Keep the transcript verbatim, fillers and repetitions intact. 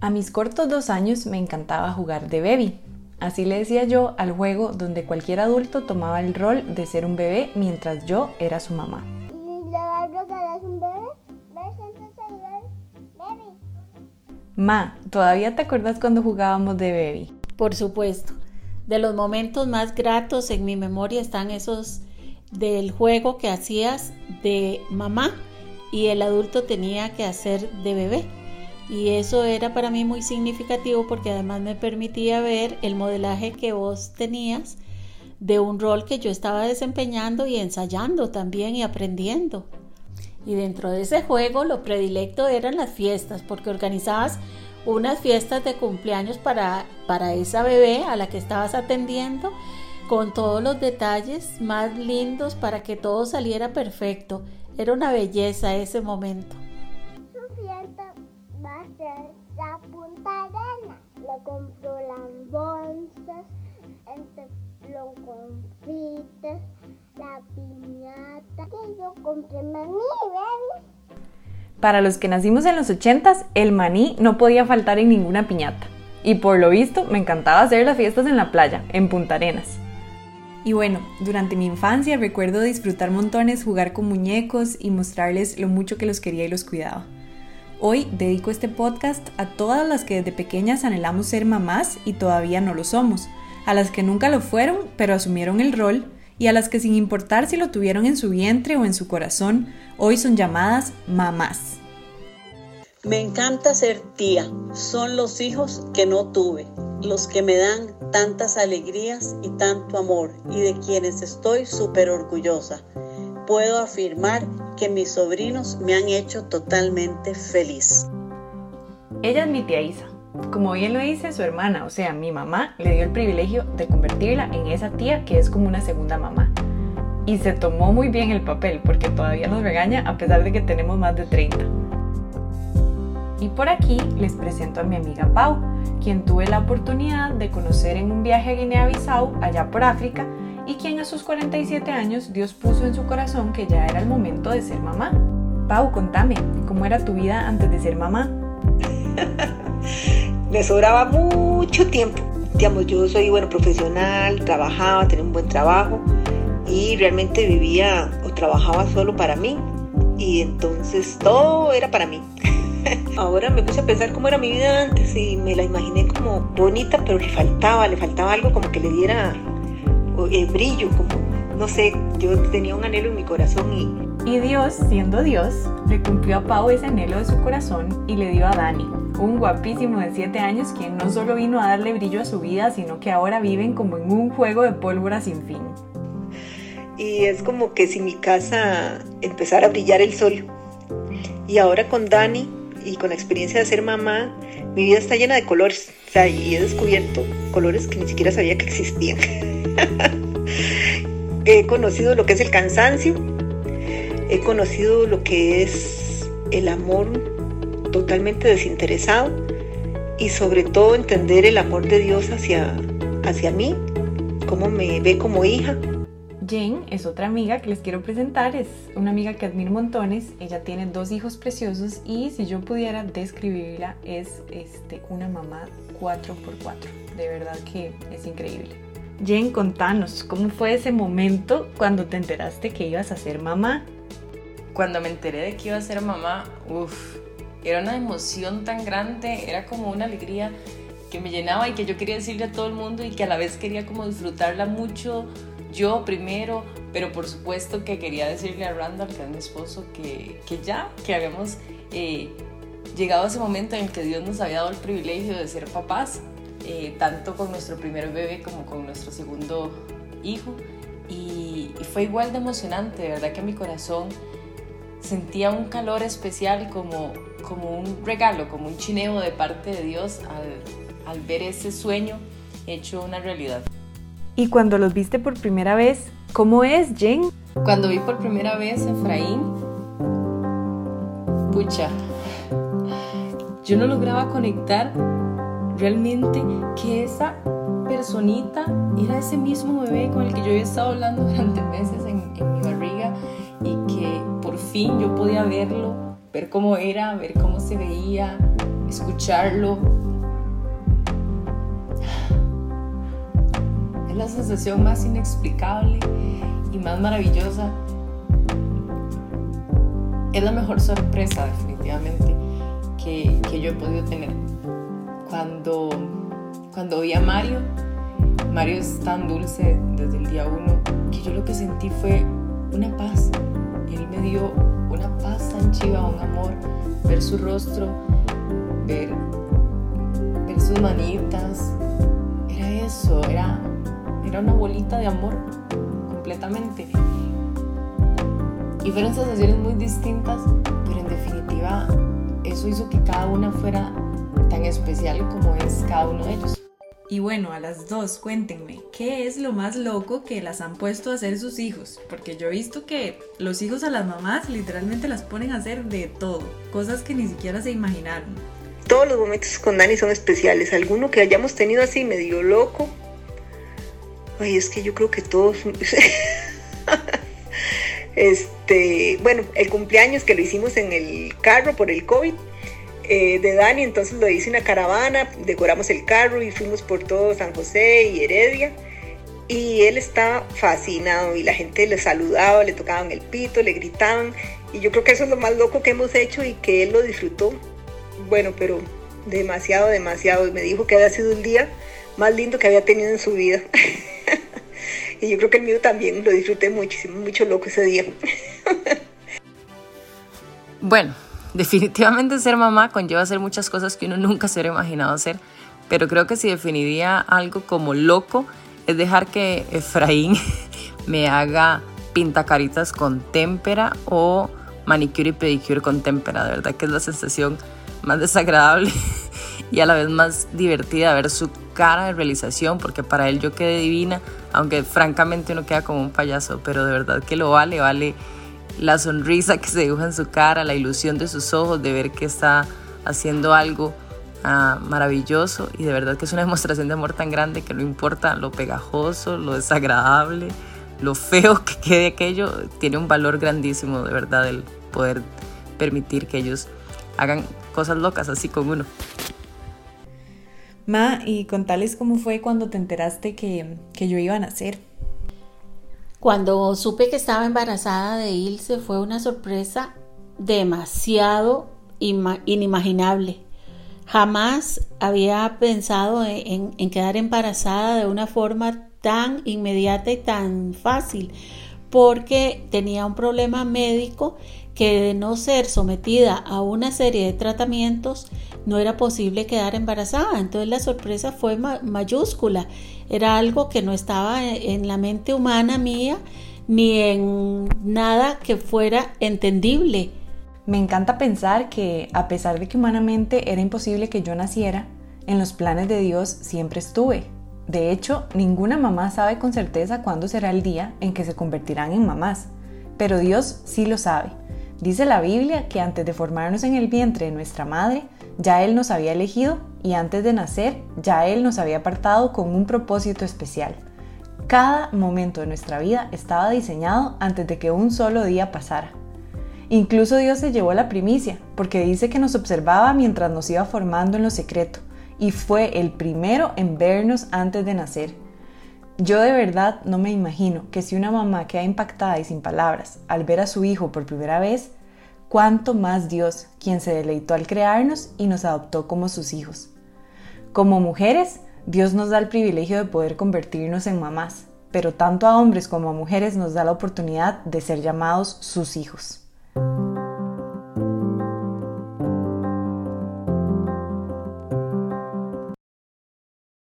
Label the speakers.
Speaker 1: A mis cortos dos años me encantaba jugar de baby. Así le decía yo al juego donde cualquier adulto tomaba el rol de ser un bebé mientras yo era su mamá. Ma, ¿todavía te acuerdas cuando jugábamos de baby?
Speaker 2: Por supuesto. De los momentos más gratos en mi memoria están esos del juego que hacías de mamá y el adulto tenía que hacer de bebé. Y eso era para mí muy significativo porque además me permitía ver el modelaje que vos tenías de un rol que yo estaba desempeñando y ensayando también y aprendiendo. Y dentro de ese juego lo predilecto eran las fiestas, porque organizabas unas fiestas de cumpleaños para, para esa bebé a la que estabas atendiendo, con todos los detalles más lindos para que todo saliera perfecto. Era una belleza ese momento.
Speaker 3: Su fiesta va a ser la Punta Arenas. Le compró las bolsas, entre los confites, la piñata que yo compré maní, ¿ven?
Speaker 1: Para los que nacimos en los ochentas, el maní no podía faltar en ninguna piñata. Y por lo visto, me encantaba hacer las fiestas en la playa, en Punta Arenas. Y bueno, durante mi infancia recuerdo disfrutar montones, jugar con muñecos y mostrarles lo mucho que los quería y los cuidaba. Hoy dedico este podcast a todas las que desde pequeñas anhelamos ser mamás y todavía no lo somos, a las que nunca lo fueron pero asumieron el rol, y a las que sin importar si lo tuvieron en su vientre o en su corazón, hoy son llamadas mamás.
Speaker 4: Me encanta ser tía, son los hijos que no tuve, los que me dan tantas alegrías y tanto amor y de quienes estoy súper orgullosa. Puedo afirmar que mis sobrinos me han hecho totalmente feliz.
Speaker 1: Ella es mi tía Isa. Como bien lo dice su hermana, o sea, mi mamá, le dio el privilegio de convertirla en esa tía que es como una segunda mamá. Y se tomó muy bien el papel porque todavía nos regaña a pesar de que tenemos más de treinta. Y por aquí les presento a mi amiga Pau, quien tuve la oportunidad de conocer en un viaje a Guinea-Bissau, allá por África, y quien a sus cuarenta y siete años Dios puso en su corazón que ya era el momento de ser mamá. Pau, contame, ¿cómo era tu vida antes de ser mamá?
Speaker 5: Me sobraba mucho tiempo. Digamos, yo soy, bueno, profesional, trabajaba, tenía un buen trabajo y realmente vivía o trabajaba solo para mí y entonces todo era para mí. Ahora me puse a pensar cómo era mi vida antes y me la imaginé como bonita, pero le faltaba, le faltaba algo como que le diera eh, brillo, como, no sé, yo tenía un anhelo en mi corazón y...
Speaker 1: Y Dios, siendo Dios, le cumplió a Pau ese anhelo de su corazón y le dio a Dani, un guapísimo de siete años quien no solo vino a darle brillo a su vida, sino que ahora viven como en un juego de pólvora sin fin.
Speaker 5: Y es como que si mi casa empezara a brillar el sol. Y ahora con Dani y con la experiencia de ser mamá, mi vida está llena de colores. O sea, y he descubierto colores que ni siquiera sabía que existían. He conocido lo que es el cansancio. He conocido lo que es el amor totalmente desinteresado y sobre todo entender el amor de Dios hacia, hacia mí, cómo me ve como hija.
Speaker 1: Jen es otra amiga que les quiero presentar, es una amiga que admiro montones. Ella tiene dos hijos preciosos y si yo pudiera describirla es este, una mamá cuatro por cuatro, de verdad que es increíble. Jen, contanos, ¿cómo fue ese momento cuando te enteraste que ibas a ser mamá?
Speaker 6: Cuando me enteré de que iba a ser mamá, uff, era una emoción tan grande, era como una alegría que me llenaba y que yo quería decirle a todo el mundo y que a la vez quería como disfrutarla mucho yo primero, pero por supuesto que quería decirle a Randall, que es mi esposo, que, que ya, que habíamos eh, llegado a ese momento en el que Dios nos había dado el privilegio de ser papás, eh, tanto con nuestro primer bebé como con nuestro segundo hijo, y, y fue igual de emocionante, de verdad que mi corazón sentía un calor especial como, como un regalo, como un chineo de parte de Dios al, al ver ese sueño hecho una realidad.
Speaker 1: Y cuando los viste por primera vez, ¿cómo es, Jen?
Speaker 6: Cuando vi por primera vez a Efraín, pucha, yo no lograba conectar realmente que esa personita era ese mismo bebé con el que yo había estado hablando durante meses en, en mi barriga y que por fin yo podía verlo, ver cómo era, ver cómo se veía, escucharlo. Es la sensación más inexplicable y más maravillosa. Es la mejor sorpresa definitivamente que, que yo he podido tener. Cuando, cuando vi a Mario, Mario es tan dulce desde el día uno que yo lo que sentí fue una paz. Él me dio una paz tan chiva, un amor, ver su rostro, ver, ver sus manitas. Era eso, era, era una bolita de amor completamente. Y fueron sensaciones muy distintas, pero en definitiva eso hizo que cada una fuera tan especial como es cada uno de ellos.
Speaker 1: Y bueno, a las dos, cuéntenme, ¿qué es lo más loco que las han puesto a hacer sus hijos? Porque yo he visto que los hijos a las mamás literalmente las ponen a hacer de todo, cosas que ni siquiera se imaginaron.
Speaker 5: Todos los momentos con Dani son especiales. Alguno que hayamos tenido así medio loco. Ay, es que yo creo que todos... este, bueno, el cumpleaños que lo hicimos en el carro por el COVID. Eh, de Dani, entonces lo hice una caravana, decoramos el carro y fuimos por todo San José y Heredia, y él estaba fascinado y la gente le saludaba, le tocaban el pito, le gritaban, y yo creo que eso es lo más loco que hemos hecho y que él lo disfrutó, bueno, pero demasiado, demasiado, y me dijo que había sido el día más lindo que había tenido en su vida. Y yo creo que el mío también, lo disfruté muchísimo, mucho loco ese día.
Speaker 6: Bueno, definitivamente ser mamá conlleva hacer muchas cosas que uno nunca se hubiera imaginado hacer, pero creo que si definiría algo como loco es dejar que Efraín me haga pintacaritas con témpera o manicure y pedicure con témpera. De verdad que es la sensación más desagradable y a la vez más divertida ver su cara de realización, porque para él yo quedé divina, aunque francamente uno queda como un payaso, pero de verdad que lo vale, vale la sonrisa que se dibuja en su cara, la ilusión de sus ojos, de ver que está haciendo algo uh, maravilloso, y de verdad que es una demostración de amor tan grande que no importa lo pegajoso, lo desagradable, lo feo que quede aquello, tiene un valor grandísimo, de verdad, el poder permitir que ellos hagan cosas locas así con uno.
Speaker 1: Ma, y contales cómo fue cuando te enteraste que, que yo iba a nacer.
Speaker 2: Cuando supe que estaba embarazada de Ilse fue una sorpresa demasiado ima- inimaginable. Jamás había pensado en, en quedar embarazada de una forma tan inmediata y tan fácil, porque tenía un problema médico que, de no ser sometida a una serie de tratamientos, no era posible quedar embarazada. Entonces la sorpresa fue ma- mayúscula. Era algo que no estaba en la mente humana mía, ni en nada que fuera entendible.
Speaker 1: Me encanta pensar que, a pesar de que humanamente era imposible que yo naciera, en los planes de Dios siempre estuve. De hecho, ninguna mamá sabe con certeza cuándo será el día en que se convertirán en mamás, pero Dios sí lo sabe. Dice la Biblia que antes de formarnos en el vientre de nuestra madre, ya Él nos había elegido, y antes de nacer, ya Él nos había apartado con un propósito especial. Cada momento de nuestra vida estaba diseñado antes de que un solo día pasara. Incluso Dios se llevó la primicia, porque dice que nos observaba mientras nos iba formando en lo secreto, y fue el primero en vernos antes de nacer. Yo de verdad no me imagino que si una mamá queda impactada y sin palabras al ver a su hijo por primera vez, cuánto más Dios, quien se deleitó al crearnos y nos adoptó como sus hijos. Como mujeres, Dios nos da el privilegio de poder convertirnos en mamás, pero tanto a hombres como a mujeres nos da la oportunidad de ser llamados sus hijos.